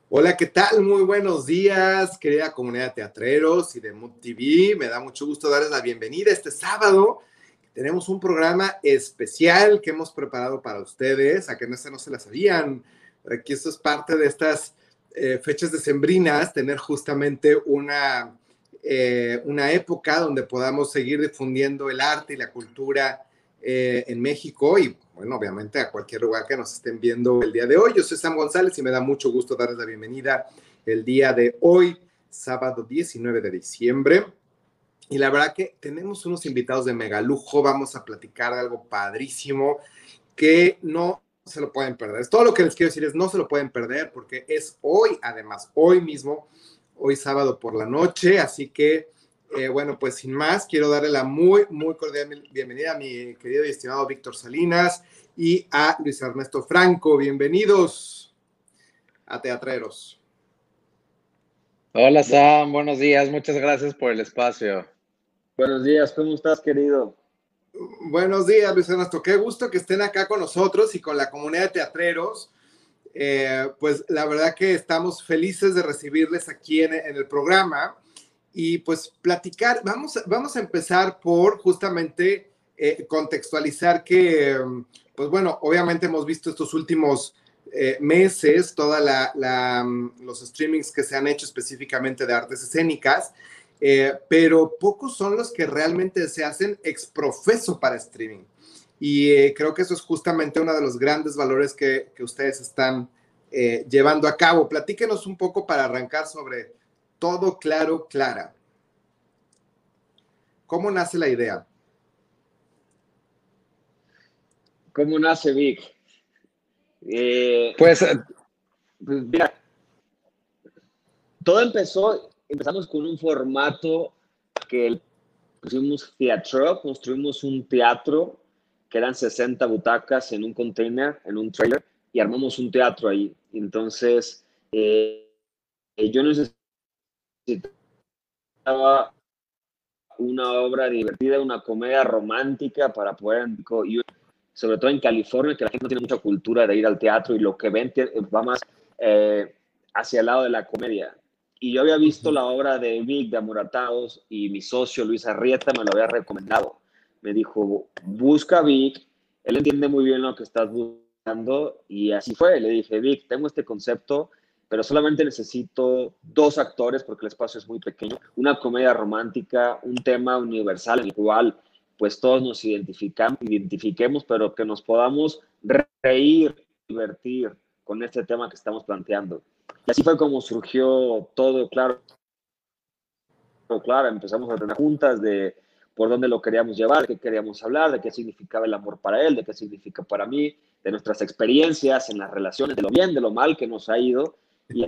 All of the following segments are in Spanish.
Hola, ¿qué tal? Muy buenos días, querida comunidad de teatreros y de Mood TV. Me da mucho gusto darles la bienvenida este sábado. Tenemos un programa especial que hemos preparado para ustedes, a que no se la sabían. Aquí esto es parte de estas fechas decembrinas, tener justamente una época donde podamos seguir difundiendo el arte y la cultura en México y, bueno, obviamente a cualquier lugar que nos estén viendo el día de hoy. Yo soy Sam González y me da mucho gusto darles la bienvenida el día de hoy, sábado 19 de diciembre. Y la verdad que tenemos unos invitados de mega lujo. Vamos a platicar de algo padrísimo que no se lo pueden perder. Es todo lo que les quiero decir, es no se lo pueden perder porque es hoy, además, hoy mismo, hoy sábado por la noche. Así que, bueno, pues sin más, quiero darle la muy cordial bienvenida a mi querido y estimado Víctor Salinas y a Luis Ernesto Franco. Bienvenidos a Teatreros. Hola Sam, buenos días, muchas gracias por el espacio. Buenos días, ¿cómo estás, querido? Buenos días, Luis Ernesto. Qué gusto que estén acá con nosotros y con la comunidad de teatreros. Pues la verdad que estamos felices de recibirles aquí en el programa y pues platicar. Vamos a empezar por justamente contextualizar que, pues bueno, obviamente hemos visto estos últimos meses todos los streamings que se han hecho específicamente de artes escénicas. Pero pocos son los que realmente se hacen exprofeso para streaming. Y creo que eso es justamente uno de los grandes valores que ustedes están llevando a cabo. Platíquenos un poco para arrancar sobre Todo Claro, Clara. ¿Cómo nace la idea? ¿Cómo nace Vic? Pues Mira, empezamos con un formato que pusimos teatro, construimos un teatro que eran 60 butacas en un container, en un trailer, y armamos un teatro ahí. Entonces, yo necesitaba una obra divertida, una comedia romántica para poder, y sobre todo en California, que la gente no tiene mucha cultura de ir al teatro y lo que ven va más hacia el lado de la comedia. Y yo había visto la obra de Vic de Amoratados y mi socio Luis Arrieta me lo había recomendado. Me dijo, busca a Vic, él entiende muy bien lo que estás buscando y así fue. Le dije, Vic, tengo este concepto, pero solamente necesito 2 actores porque el espacio es muy pequeño, una comedia romántica, un tema universal en el cual pues todos nos identifiquemos, pero que nos podamos reír, divertir con este tema que estamos planteando. Y así fue como surgió todo, claro, empezamos a tener juntas de por dónde lo queríamos llevar, de qué queríamos hablar, de qué significaba el amor para él, de qué significa para mí, de nuestras experiencias en las relaciones, de lo bien, de lo mal que nos ha ido. Y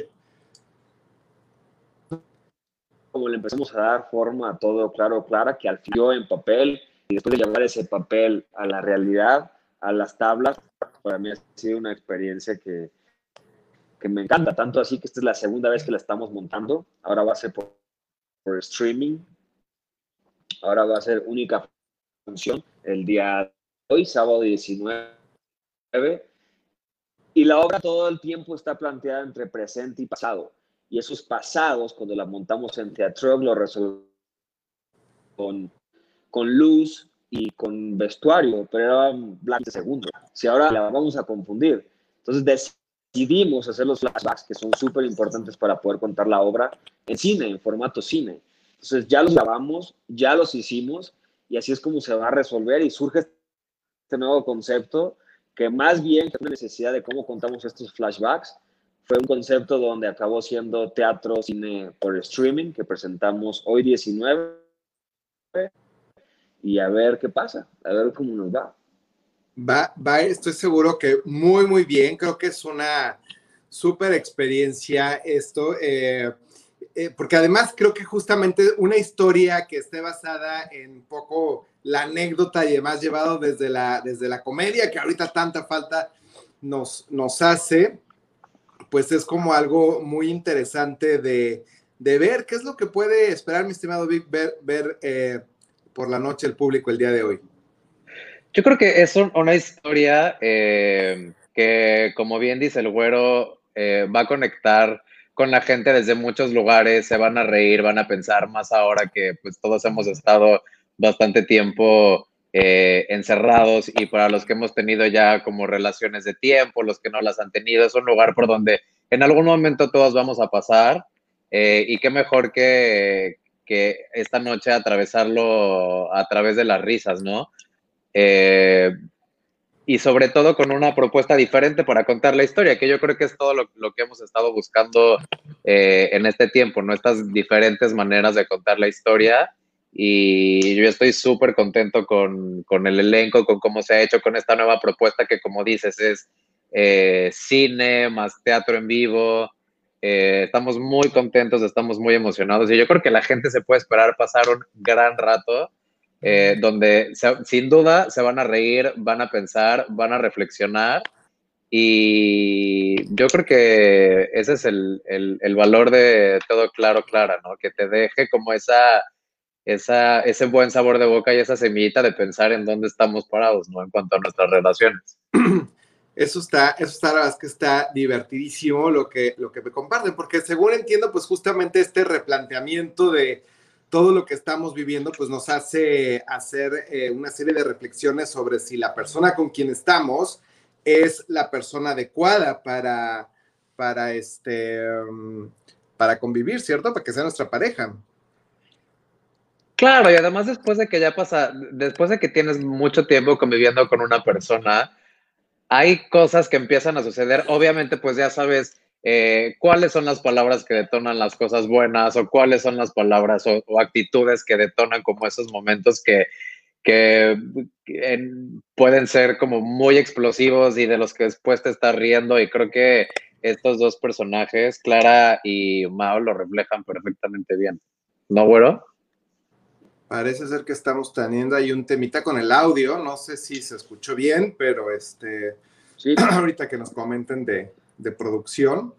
como le empezamos a dar forma a todo claro, Clara, que al fin yo en papel y después de llevar ese papel a la realidad, a las tablas, para mí ha sido una experiencia que me encanta, tanto así que esta es la segunda vez que la estamos montando, ahora va a ser por streaming, ahora va a ser única función el día de hoy, sábado 19, y la obra todo el tiempo está planteada entre presente y pasado, y esos pasados, cuando la montamos en teatro, lo resolvemos con luz y con vestuario, pero era blanco de segundo. Si ahora la vamos a confundir. Entonces decidimos hacer los flashbacks, que son súper importantes para poder contar la obra en cine, en formato cine. Entonces ya los grabamos, ya los hicimos, y así es como se va a resolver y surge este nuevo concepto que más bien que una necesidad de cómo contamos estos flashbacks, fue un concepto donde acabó siendo teatro, cine por streaming, que presentamos hoy 19, y a ver qué pasa, a ver cómo nos va. Estoy seguro que muy bien. Creo que es una súper experiencia esto, porque además creo que justamente una historia que esté basada en un poco la anécdota y demás llevado desde la comedia, que ahorita tanta falta nos hace, pues es como algo muy interesante de ver. ¿Qué es lo que puede esperar, mi estimado Vic, ver por la noche el público el día de hoy? yo creo que es una historia que, como bien dice el güero, va a conectar con la gente desde muchos lugares, se van a reír, van a pensar, más ahora que pues todos hemos estado bastante tiempo encerrados, y para los que hemos tenido ya como relaciones de tiempo, los que no las han tenido, es un lugar por donde en algún momento todos vamos a pasar, y qué mejor que esta noche atravesarlo a través de las risas, ¿no? Y sobre todo con una propuesta diferente para contar la historia, que yo creo que es todo lo que hemos estado buscando en este tiempo, ¿no? Estas diferentes maneras de contar la historia, y yo estoy súper contento con el elenco, con cómo se ha hecho, con esta nueva propuesta que, como dices, es cine más teatro en vivo. Estamos muy contentos, estamos muy emocionados, y yo creo que la gente se puede esperar pasar un gran rato, donde sin duda se van a reír, van a pensar, van a reflexionar, y yo creo que ese es el valor de Todo Claro, Clara, ¿no? Que te deje como ese buen sabor de boca y esa semillita de pensar en dónde estamos parados, ¿no? En cuanto a nuestras relaciones. Eso está, la verdad es que está divertidísimo lo que me comparten, porque según entiendo, pues justamente este replanteamiento de todo lo que estamos viviendo, pues nos hace hacer una serie de reflexiones sobre si la persona con quien estamos es la persona adecuada para convivir, ¿cierto? Para que sea nuestra pareja. Claro, y además después de que tienes mucho tiempo conviviendo con una persona, hay cosas que empiezan a suceder. Obviamente, pues ya sabes cuáles son las palabras que detonan las cosas buenas, o cuáles son las palabras o actitudes que detonan como esos momentos que pueden ser como muy explosivos y de los que después te estás riendo. Y creo que estos dos personajes, Clara y Mao, lo reflejan perfectamente bien. ¿No, güero? Parece ser que estamos teniendo ahí un temita con el audio. No sé si se escuchó bien, pero sí. Ahorita que nos comenten de producción.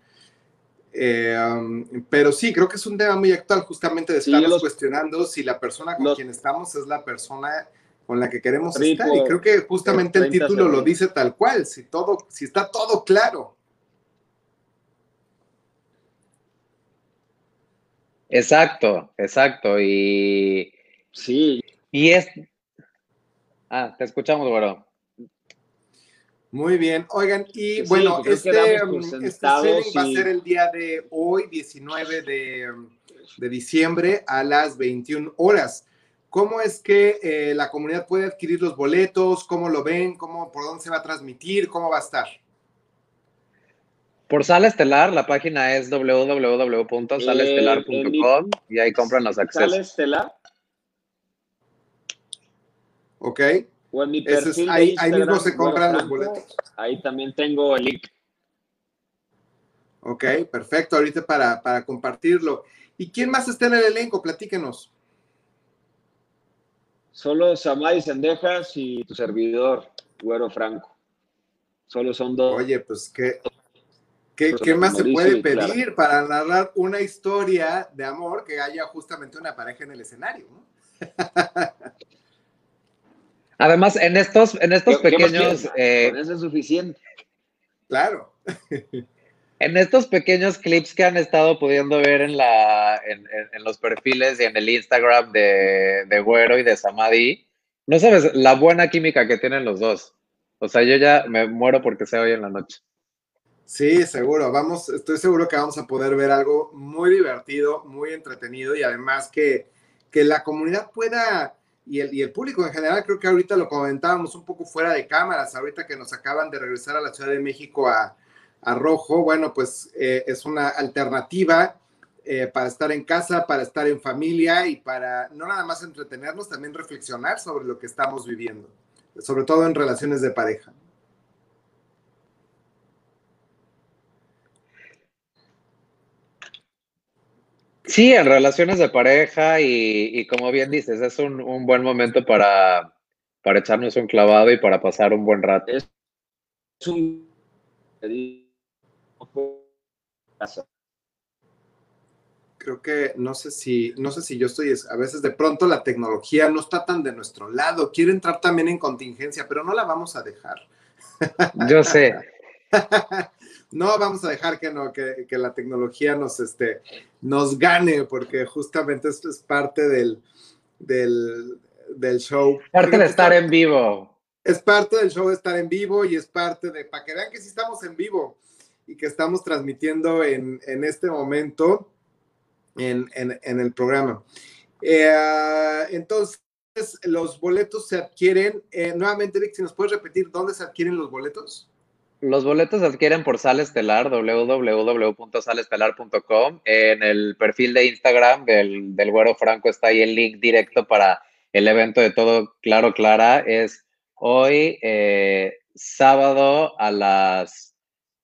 Pero sí, creo que es un tema muy actual, justamente de estarnos cuestionando si la persona con quien estamos es la persona con la que queremos estar. Y creo que justamente el título lo dice tal cual, si está todo claro. Exacto. Y sí. Te escuchamos, güero. Muy bien, oigan, y bueno, este streaming va a ser el día de hoy, 19 de diciembre a las 21 horas. ¿Cómo es que la comunidad puede adquirir los boletos? ¿Cómo lo ven? ¿Por dónde se va a transmitir? ¿Cómo va a estar? Por Sala Estelar, la página es www.salaestelar.com y ahí compran los accesos. Sala Estelar. Ok. O en mi perfil de Instagram, ahí mismo se compran los boletos. Ahí también tengo el link. Ok, perfecto. Ahorita para compartirlo. ¿Y quién más está en el elenco? Platíquenos. Solo Samay Sendejas y tu servidor, Güero Franco. Solo son dos. Oye, pues ¿qué más se puede pedir para narrar una historia de amor que haya justamente una pareja en el escenario, ¿no? Además, en estos pequeños... con eso es suficiente. Claro. En estos pequeños clips que han estado pudiendo ver en los perfiles y en el Instagram de Güero y de Samadi, no sabes la buena química que tienen los dos. O sea, yo ya me muero porque sea hoy en la noche. Sí, seguro. Estoy seguro que vamos a poder ver algo muy divertido, muy entretenido, y además que la comunidad pueda, y el público en general, creo que ahorita lo comentábamos un poco fuera de cámaras, ahorita que nos acaban de regresar a la Ciudad de México a Rojo, bueno, pues es una alternativa para estar en casa, para estar en familia y para no nada más entretenernos, también reflexionar sobre lo que estamos viviendo, sobre todo en relaciones de pareja. Sí, en relaciones de pareja y como bien dices, es un buen momento para echarnos un clavado y para pasar un buen rato. Es un... Creo que no sé si yo estoy, a veces de pronto la tecnología no está tan de nuestro lado, quiere entrar también en contingencia, pero no la vamos a dejar. Yo sé. No vamos a dejar que, no, que la tecnología nos gane, porque justamente esto es parte del show. Parte de Fíjate, estar en vivo. es parte del show estar en vivo y es parte de, para que vean que sí estamos en vivo y que estamos transmitiendo en este momento en el programa. Entonces, los boletos se adquieren, nuevamente, Vic, si nos puedes repetir dónde se adquieren los boletos. Los boletos se adquieren por Sala Estelar, www.salestelar.com. En el perfil de Instagram del Güero Franco está ahí el link directo para el evento de Todo Claro Clara. Es hoy, sábado a las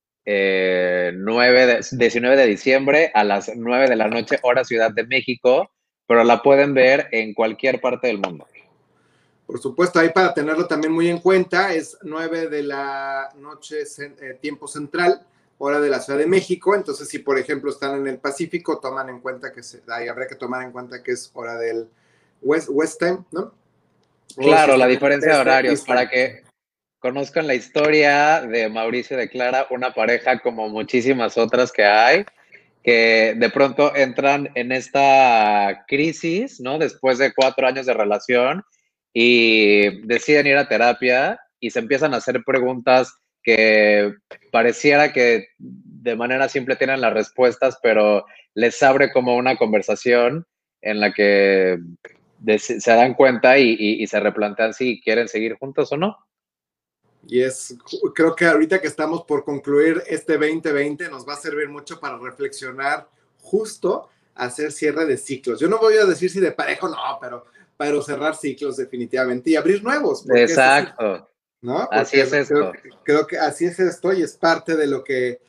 19 de diciembre a las 9 de la noche, hora Ciudad de México, pero la pueden ver en cualquier parte del mundo. Por supuesto, ahí para tenerlo también muy en cuenta, es 9 de la noche, tiempo central, hora de la Ciudad de México. Entonces, si por ejemplo están en el Pacífico, toman en cuenta que ahí habría que tomar en cuenta que es hora del West Time, ¿no? Claro, la diferencia de horarios, para que conozcan la historia de Mauricio y de Clara, una pareja como muchísimas otras que hay, que de pronto entran en esta crisis, ¿no? Después de 4 años de relación y deciden ir a terapia y se empiezan a hacer preguntas que pareciera que de manera simple tienen las respuestas, pero les abre como una conversación en la que se dan cuenta y se replantean si quieren seguir juntos o no. Y creo que ahorita que estamos por concluir este 2020 nos va a servir mucho para reflexionar, justo hacer cierre de ciclos. Yo no voy a decir si de pareja no, pero cerrar ciclos definitivamente y abrir nuevos. Exacto. ¿No? Porque así es esto. Creo que así es esto y es parte de lo que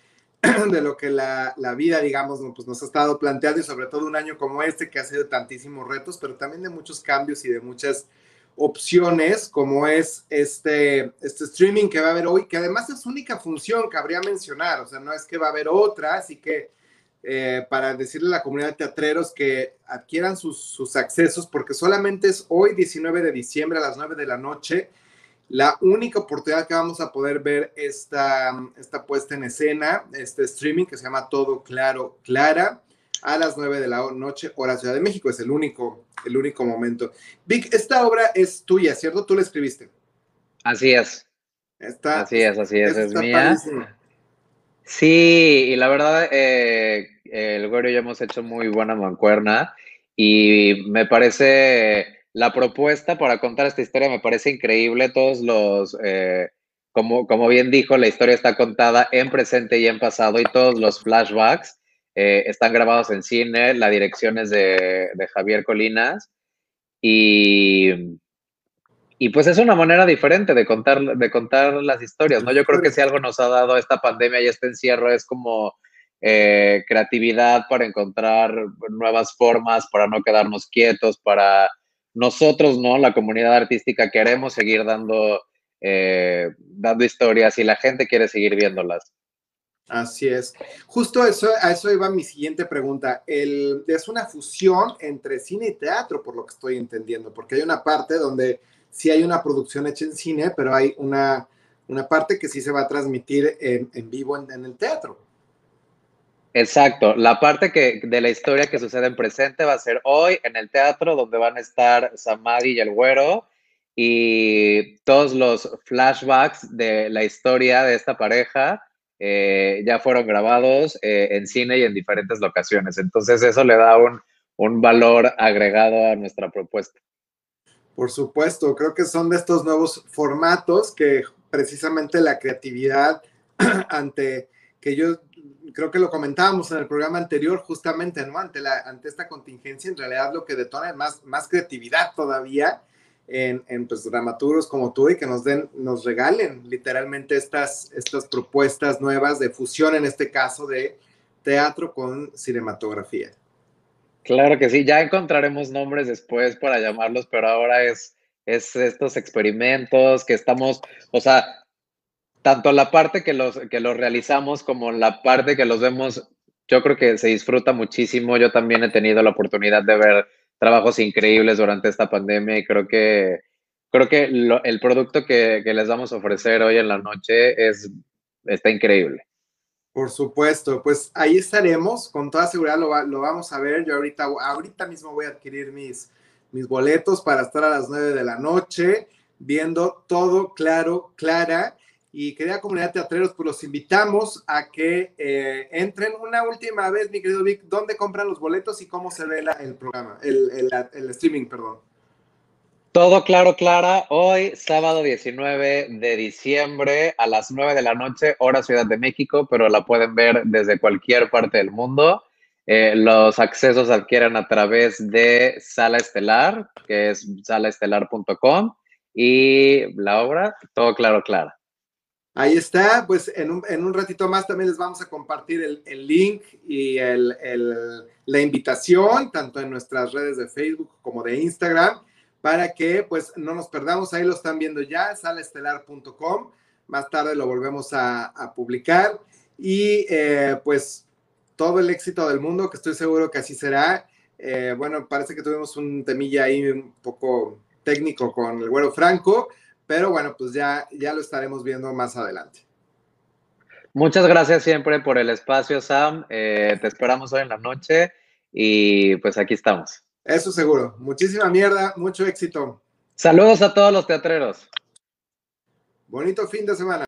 la vida, digamos, pues nos ha estado planteando, y sobre todo un año como este que ha sido tantísimos retos, pero también de muchos cambios y de muchas opciones, como es este streaming que va a haber hoy, que además es única función, cabría mencionar, o sea, no es que va a haber otra, así que para decirle a la comunidad de teatreros que adquieran sus accesos, porque solamente es hoy, 19 de diciembre, a las 9 de la noche, la única oportunidad que vamos a poder ver esta puesta en escena, este streaming que se llama Todo Claro Clara, a las 9 de la noche, hora Ciudad de México. Es el único momento. Vic, esta obra es tuya, ¿cierto? Tú la escribiste. Así es. Así es, es mía. Padrísimo. Sí, y la verdad, el Güero y yo hemos hecho muy buena mancuerna y me parece la propuesta para contar esta historia me parece increíble. Todos como bien dijo, la historia está contada en presente y en pasado y todos los flashbacks están grabados en cine. La dirección es de Javier Colinas y pues es una manera diferente de contar las historias, ¿no? Yo creo que si algo nos ha dado esta pandemia y este encierro es como creatividad para encontrar nuevas formas, para no quedarnos quietos, para nosotros, ¿no? La comunidad artística queremos seguir dando historias y la gente quiere seguir viéndolas. Así es. Justo a eso iba mi siguiente pregunta. Es una fusión entre cine y teatro, por lo que estoy entendiendo, porque hay una parte donde sí hay una producción hecha en cine, pero hay una parte que sí se va a transmitir en vivo en el teatro. Exacto, la parte de la historia que sucede en presente va a ser hoy en el teatro, donde van a estar Samadhi y el Güero, y todos los flashbacks de la historia de esta pareja ya fueron grabados en cine y en diferentes locaciones. Entonces eso le da un valor agregado a nuestra propuesta. Por supuesto, creo que son de estos nuevos formatos que precisamente la creatividad que yo creo que lo comentábamos en el programa anterior, justamente, ¿no? Ante esta contingencia, en realidad lo que detona es más creatividad todavía en pues, dramaturgos como tú, y que nos regalen literalmente estas propuestas nuevas de fusión, en este caso de teatro con cinematografía. Claro que sí, ya encontraremos nombres después para llamarlos, pero ahora es estos experimentos que estamos, o sea, tanto la parte que los realizamos como la parte que los vemos, yo creo que se disfruta muchísimo. Yo también he tenido la oportunidad de ver trabajos increíbles durante esta pandemia y creo que el producto que les vamos a ofrecer hoy en la noche está increíble. Por supuesto, pues ahí estaremos, con toda seguridad lo vamos a ver. Yo ahorita mismo voy a adquirir mis boletos para estar a las 9 de la noche, viendo todo claro, clara. Y querida comunidad teatreros, pues los invitamos a que entren una última vez, mi querido Vic, ¿dónde compran los boletos y cómo se ve el programa, el streaming, perdón? Todo claro, Clara. Hoy, sábado 19 de diciembre, a las 9 de la noche, hora Ciudad de México, pero la pueden ver desde cualquier parte del mundo. Los accesos se adquieren a través de Sala Estelar, que es salaestelar.com, y la obra, Todo claro, Clara. Ahí está, pues en un ratito más también les vamos a compartir el link y la invitación, tanto en nuestras redes de Facebook como de Instagram, para que pues no nos perdamos. Ahí lo están viendo ya, salaestelar.com. Más tarde lo volvemos a publicar. Y pues todo el éxito del mundo, que estoy seguro que así será. Bueno, parece que tuvimos un temilla ahí un poco técnico con el Güero Franco, pero bueno, pues ya lo estaremos viendo más adelante. Muchas gracias siempre por el espacio, Sam. Te esperamos hoy en la noche y pues aquí estamos. Eso seguro. Muchísima mierda, mucho éxito. Saludos a todos los teatreros. Bonito fin de semana.